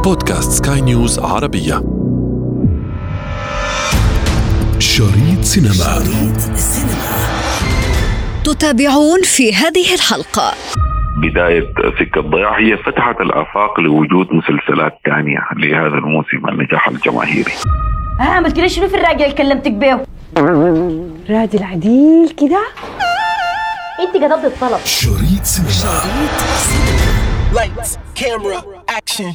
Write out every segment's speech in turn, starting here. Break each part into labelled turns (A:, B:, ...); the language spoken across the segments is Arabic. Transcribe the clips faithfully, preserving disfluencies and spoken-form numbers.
A: بودكاست سكاي نيوز عربية. شريط سينما.
B: تتابعون في هذه الحلقة.
C: بداية سكة الضياع هي فتحت الآفاق لوجود مسلسلات تانية لهذا الموسم النجاح الجماهيري.
D: ها ما تقوليش شنو في الراجل اللي كلمتك بيه؟
E: راجل عديل كده.
D: انت كتبت الطلب.
A: شريط سينما.
F: Lights, camera, action.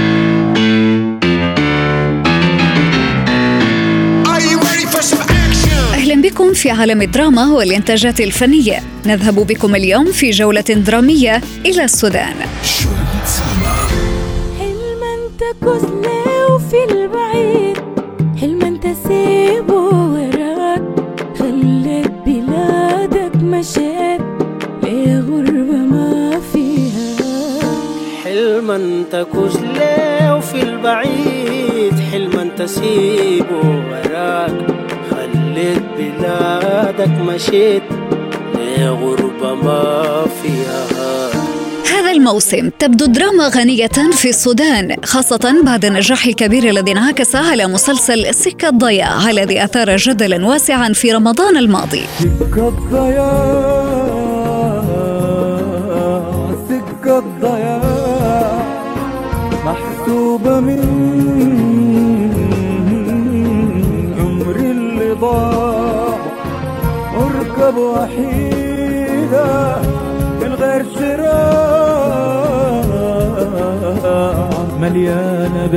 F: Are you ready for some action?
B: أهلا بكم في عالم الدراما والإنتاجات الفنية. نذهب بكم اليوم في جولة درامية إلى السودان.
A: شريط سينما.
G: حلما تكسله وفي البعيد، حلما تسيبه وراك، خلت بلادك مشيت ليه غربة ما فيها.
H: حلما تكسله وفي البعيد، حلما تسيبه وراك، خلت بلادك مشيت ليه غربة ما فيها.
B: هذا الموسم تبدو الدراما غنية في السودان، خاصة بعد النجاح الكبير الذي انعكس على مسلسل سكة الضياع الذي أثار جدلا واسعا في رمضان الماضي.
I: سكة الضياع، سكة الضياع محسوبة من عمر اللي ضاع، أركب وحيدة من غير شراع، مليانة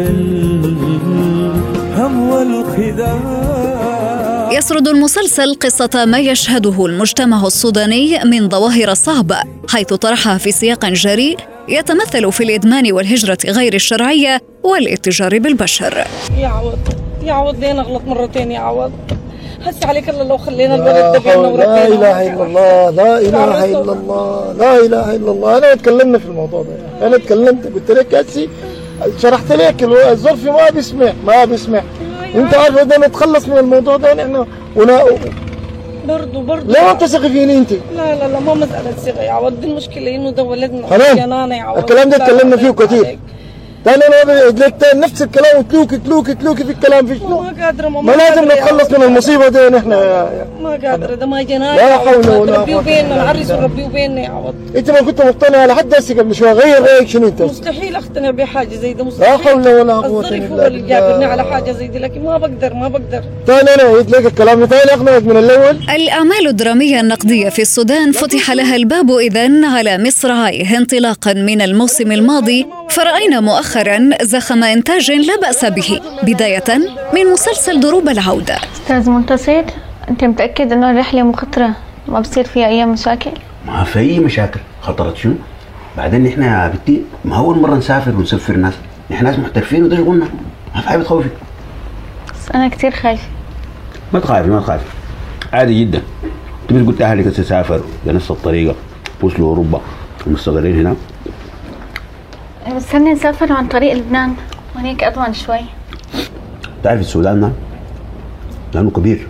I: بالهم والخداع.
B: يسرد المسلسل قصة ما يشهده المجتمع السوداني من ظواهر صعبة، حيث طرحها في سياق جريء يتمثل في الإدمان والهجرة غير الشرعية والاتجار بالبشر.
E: يا عوض يا عوض ليه نغلط مرتين يا عوض؟ هسي عليك الله لو خلينا الولد ده بيننا مرتين.
I: لا إله إلا الله، لا إله إلا الله، لا إله إلا الله. أنا تكلمنا في الموضوع ده، أنا تكلمت قلت لك هسي شرحت لك الظرف ما بيسمع ما بيسمع. أنت عارف بدنا نتخلص من الموضوع ده نحن ونا
E: برضو برضو.
I: لا أنت ثقي فيني أنت.
E: لا لا لا ما مسألة ثقة يا عوض، دي المشكلة إنه ده ولدنا.
I: حنان الكلام ده تكلمنا فيه كثير. تاني أنا بدك نفس الكلام وتلوك تلوك تلوك في الكلام في شنو؟
E: ما قادرة
I: ما لازم نتخلص من المصيبة دي نحن.
E: ما قادرة، ده ما جناي.
I: لا حول ولا قوة.
E: ربي وبيننا نعرس وربي وبيننا يا عوض.
I: أنت ما كنت مقتنع لحد هسه قبل شوي، غير رأيك شنو أنت؟
E: مستحيل أقتنع بحاجة زي ده، مستحيل.
I: لا حول ولا قوة
E: الظرف هو اللي جابرني على حاجة زي دي، لكن ما بقدر ما بقدر.
I: تاني أنا أعيد لك الكلام تاني أقنعك من الأول.
B: الأعمال الدرامية النقدية في السودان فتح لها الباب إذن على مصراعيه انطلاقا من الموسم الماضي، فرأينا مؤخرا زخم إنتاج لا بأس به، بداية من مسلسل دروب العودة.
J: أستاذ منتصر، أنت متأكد أنه الرحلة مخطرة ما بصير فيها أي مشاكل؟
K: ما في أي مشاكل. خطرت شنو؟ بعدين نحن يا بنتي ما أول مرة نسافر ونسفر ناس، نحن ناس محترفين وده شغلنا، ما في حاجة بتخوفك.
J: بس أنا كتير خايفة.
K: ما تخافي ما تخافي، عادي جدا. تبي قلت أهلك تسافر بنفس الطريقة، وصلوا أوروبا ومستقرين هنا.
J: بس هني نسافر عن طريق لبنان وهنيك أضمن شوي.
K: تعرف السودان ده لأنه كبير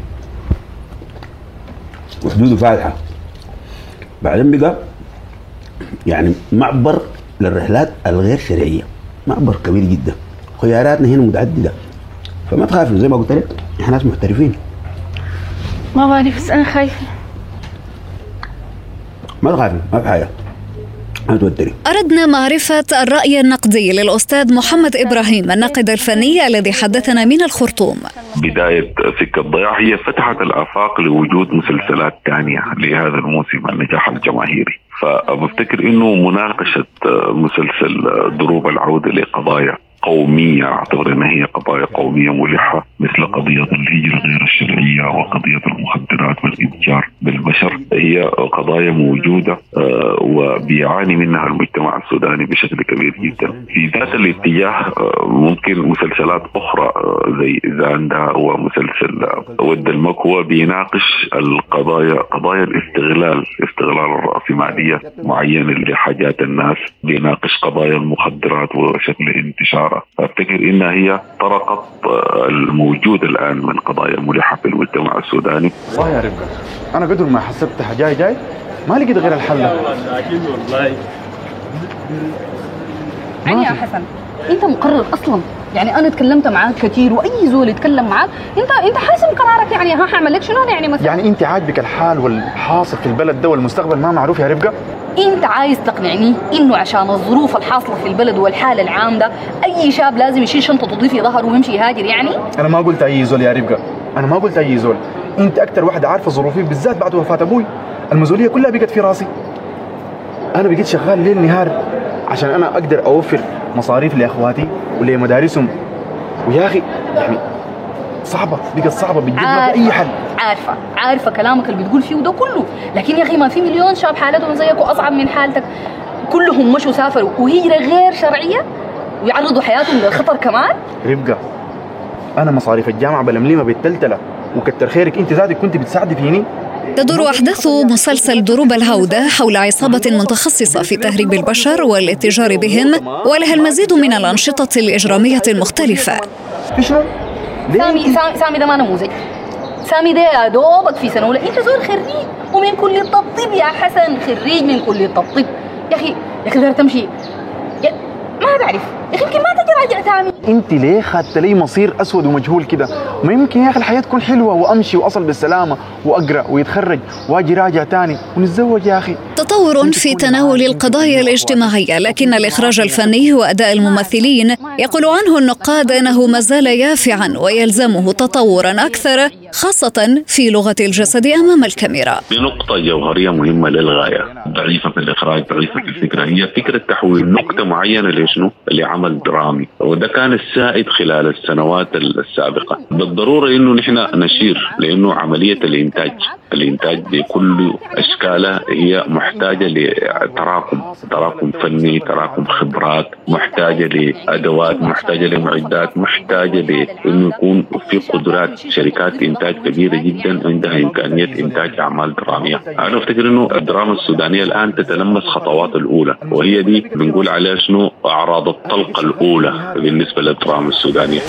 K: وحدوده فاتحة، بعدين بقى يعني معبر للرحلات الغير شرعية، معبر كبير جدا، خياراتنا هنا متعددة، فما تخافي زي ما قلت لك احنا ناس محترفين.
J: ما بعرف بس أنا خايفة.
K: ما تخافي ما في حاجة.
B: أردنا معرفة الرأي النقدي للأستاذ محمد إبراهيم الناقد الفني الذي حدثنا من الخرطوم.
C: بداية سكة الضياع هي فتحت الآفاق لوجود مسلسلات تانية لهذا الموسم النجاح الجماهيري، فبفتكر إنه مناقشة مسلسل دروب العودة لقضايا قومية، أعتبر أنها هي قضايا قومية ملحة مثل قضية الهجرة غير الشرعية وقضية المخدرات والإتجار بالبشر، هي قضايا موجودة وبيعاني منها المجتمع السوداني بشكل كبير جدا. في ذات الاتجاه ممكن مسلسلات أخرى زي زاندا ومسلسل ود المكوى بيناقش القضايا، قضايا الاستغلال، استغلال الرأسمالية معينة لحاجات الناس، بيناقش قضايا المخدرات وشكل انتشار. أفتكر إنها هي طرقت الموجود الآن من قضايا ملحة في المجتمع السوداني.
L: والله يا رفقة أنا قدر ما حسبتها جاي جاي ما لقيت غير الحل.
E: أكيد والله. عيني يا حسن
M: انت مقرر اصلا، يعني انا تكلمت معاك كثير واي زول يتكلم معاك انت انت حاسم قرارك، يعني ها هعمل لك شنو يعني مثلا؟
L: يعني انت عاجبك الحال والحاصل في البلد ده والمستقبل ما معروف يا رفقه؟
M: انت عايز تقنعني انه عشان الظروف الحاصله في البلد والحال العام ده اي شاب لازم يشيل شنطه تضيف في ظهره ويمشي يهاجر يعني؟
L: انا ما قلت اي زول يا رفقه، انا ما قلت اي زول، انت اكثر واحده عارفه ظروفي بالذات بعد وفاه ابوي، المسؤوليه كلها بقت في راسي. انا بقيت شغال ليل نهار عشان انا اقدر اوفر مصاريف لاخواتي ولمدارسهم، ويا اخي يعني صعبه، بقت صعبه بجد، ما في اي حل.
M: عارفه عارفه كلامك اللي بتقول فيه وده كله، لكن يا اخي ما في مليون شاب حالتهم زيك واصعب من حالتك، كلهم مشوا سافروا وهجره غير شرعيه ويعرضوا حياتهم للخطر كمان.
L: ربقه انا مصاريف الجامعه بلملمها بالتلتله، وكتر خيرك انت ذاتك كنت بتساعدي فيني.
B: تدور أحداث مسلسل دروب الهودة حول عصابة متخصصة في تهريب البشر والاتجار بهم، ولها المزيد من الأنشطة الإجرامية المختلفة.
M: سامي سامي سامي ده ما نموذج، سامي ده يا دوبك في سنة أولى، أنت زول خريج ومن كلية الطب يا حسن، خريج من كلية الطب يا أخي، يا أخي تمشي يا ما بعرف يا أخي، يمكن ما تجي راجع تاني.
L: انت ليه خدت لي مصير اسود ومجهول كده؟ ما يمكن يا اخي الحياه تكون حلوه وامشي واصل بالسلامه واقرا ويتخرج واجي راجع تاني ونتزوج يا اخي.
B: تطور في تناول القضايا الاجتماعيه، لكن الاخراج الفني واداء الممثلين يقول عنه النقاد انه ما زال يافعا ويلزمه تطورا اكثر، خاصه في لغه الجسد امام الكاميرا.
C: نقطه جوهريه مهمه للغايه، ضعيفه في الاخراج، ضعيفه في الفكره، هي فكره تحويل نقطه معينه لشنو؟ لعمل درامي، وده كان السائد خلال السنوات السابقه. بالضروره انه نحن نشير لانه عمليه الانتاج الانتاج بكل اشكاله هي محتاجه لتراكم تراكم فني، تراكم خبرات، محتاجه لادوات، محتاجه لمعدات، محتاجه لانه يكون في قدرات شركات انتاج كبيره جدا عندها امكانيه انتاج اعمال دراميه. انا افتكر انه الدراما السودانيه الان تتلمس خطوات الاولى، وهي دي بنقول عليها شنو؟ اعراض الطلقه الاولى بالنسبه للدراما السودانيه.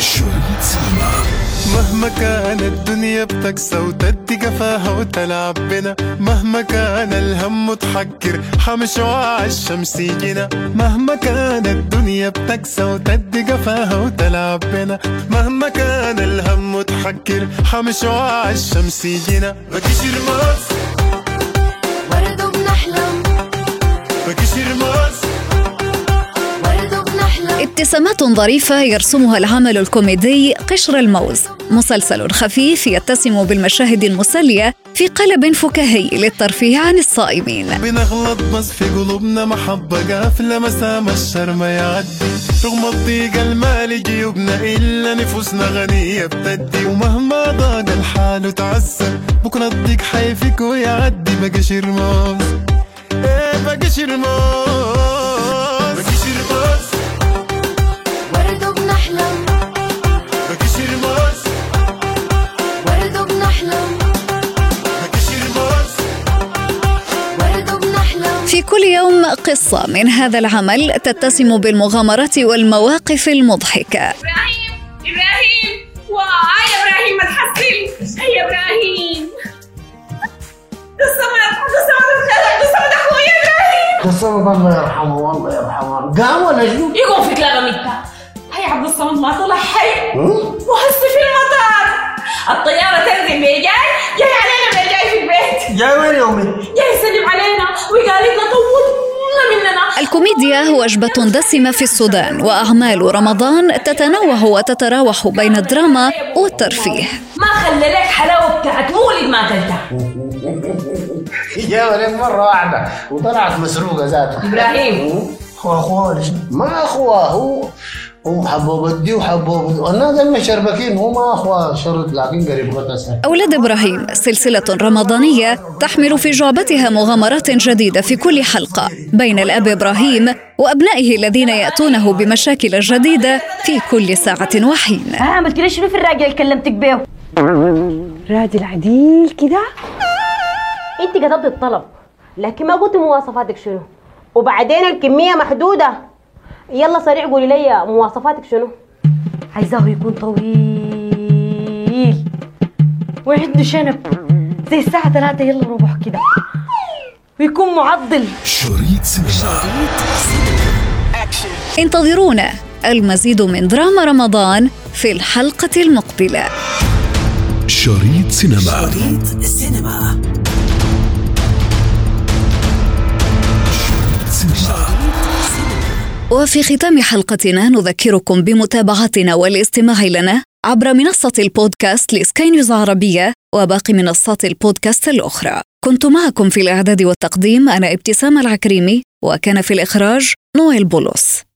N: مهما كان الدنيا بتكسى وتدي قفاها وتلعب بنا، مهما كان الهم متحكر حمش وعى الشمس يجينا، مهما كان الدنيا بتكسى وتدي قفاها وتلعب بنا، مهما كان الهم متحكر حمش وعى الشمس يجينا. بكيش الماس
G: برضو بنحلم،
N: بكيش الماس
B: ابتسامات ظريفة يرسمها العمل الكوميدي قشر الموز، مسلسل خفيف يتسم بالمشاهد المسلية في قالب فكاهي للترفيه عن الصائمين.
N: بنغلط بس في قلوبنا محبة قافلة مسام الشر ما يعدي، رغم الضيق المالي جيوبنا إلا نفوسنا غنية بتدي، ومهما ضاق الحال وتعسر بكرة الضيق حيفك ويعدي. بقشر موز ايه بقشر موز، بقشر موز
G: برضو بنحلم،
N: بقشر موز
G: برضو بنحلم،
N: بقشر موز
G: برضو بنحلم.
B: في كل يوم قصة من هذا العمل تتسم بالمغامرات والمواقف المضحكة.
E: إبراهيم إبراهيم واي يا إبراهيم ما تحصل يا إبراهيم، ده الصمد ده الصمد الخالق ده الصمد أخويا إبراهيم،
I: الصمد الله يرحمه والله يرحمه. قام ولا شو؟
E: يقوم فيك لا غميتها. هي عبد الصمد ما طلع حي وهسه في المطار، الطيارة تنزل بيه جاي جاي علينا من جاي في البيت.
I: جاي وين يا أمي؟
E: جاي يسلم علينا وقال لنا طولنا مننا.
B: الكوميديا وجبة دسمة في السودان، وأعمال رمضان تتنوع وتتراوح بين الدراما والترفيه.
E: ما خلى لك حلاوة بتاعت مولد ما أكلتها.
I: جاء ولك مرة واحدة وطلعت مسروقة ذاته.
E: إبراهيم
I: هو أخوه ليش؟ ما أخوه، هو هو حبوب الدي وحبوب الناس المشربكين، هو ما أخوه شرط لكن قريب غطاسة.
B: أولاد إبراهيم سلسلة رمضانية تحمل في جعبتها مغامرات جديدة في كل حلقة بين الأب إبراهيم وأبنائه الذين يأتونه بمشاكل جديدة في كل ساعة وحين.
D: ها عملت كده شنو في الراجل اللي كلمتك بيه؟
O: راجل عديل كده؟
D: انت كتبت الطلب لكن ما قلت مواصفاتك شنو، وبعدين الكمية محدودة. يلا سريع قولي لي مواصفاتك شنو. عايزاه يكون طويل وعنده شنب زي الساعة ثلاثة يلا ربح كده، ويكون معضل.
A: شريط سينما.
B: انتظرونا المزيد من دراما رمضان في الحلقة المقبلة.
A: شريط سينما.
F: شريط سينما.
B: وفي ختام حلقتنا نذكركم بمتابعتنا والاستماع لنا عبر منصة البودكاست لسكاي نيوز عربية وباقي منصات البودكاست الأخرى. كنت معكم في الإعداد والتقديم أنا ابتسام العكريمي، وكان في الإخراج نويل بولس.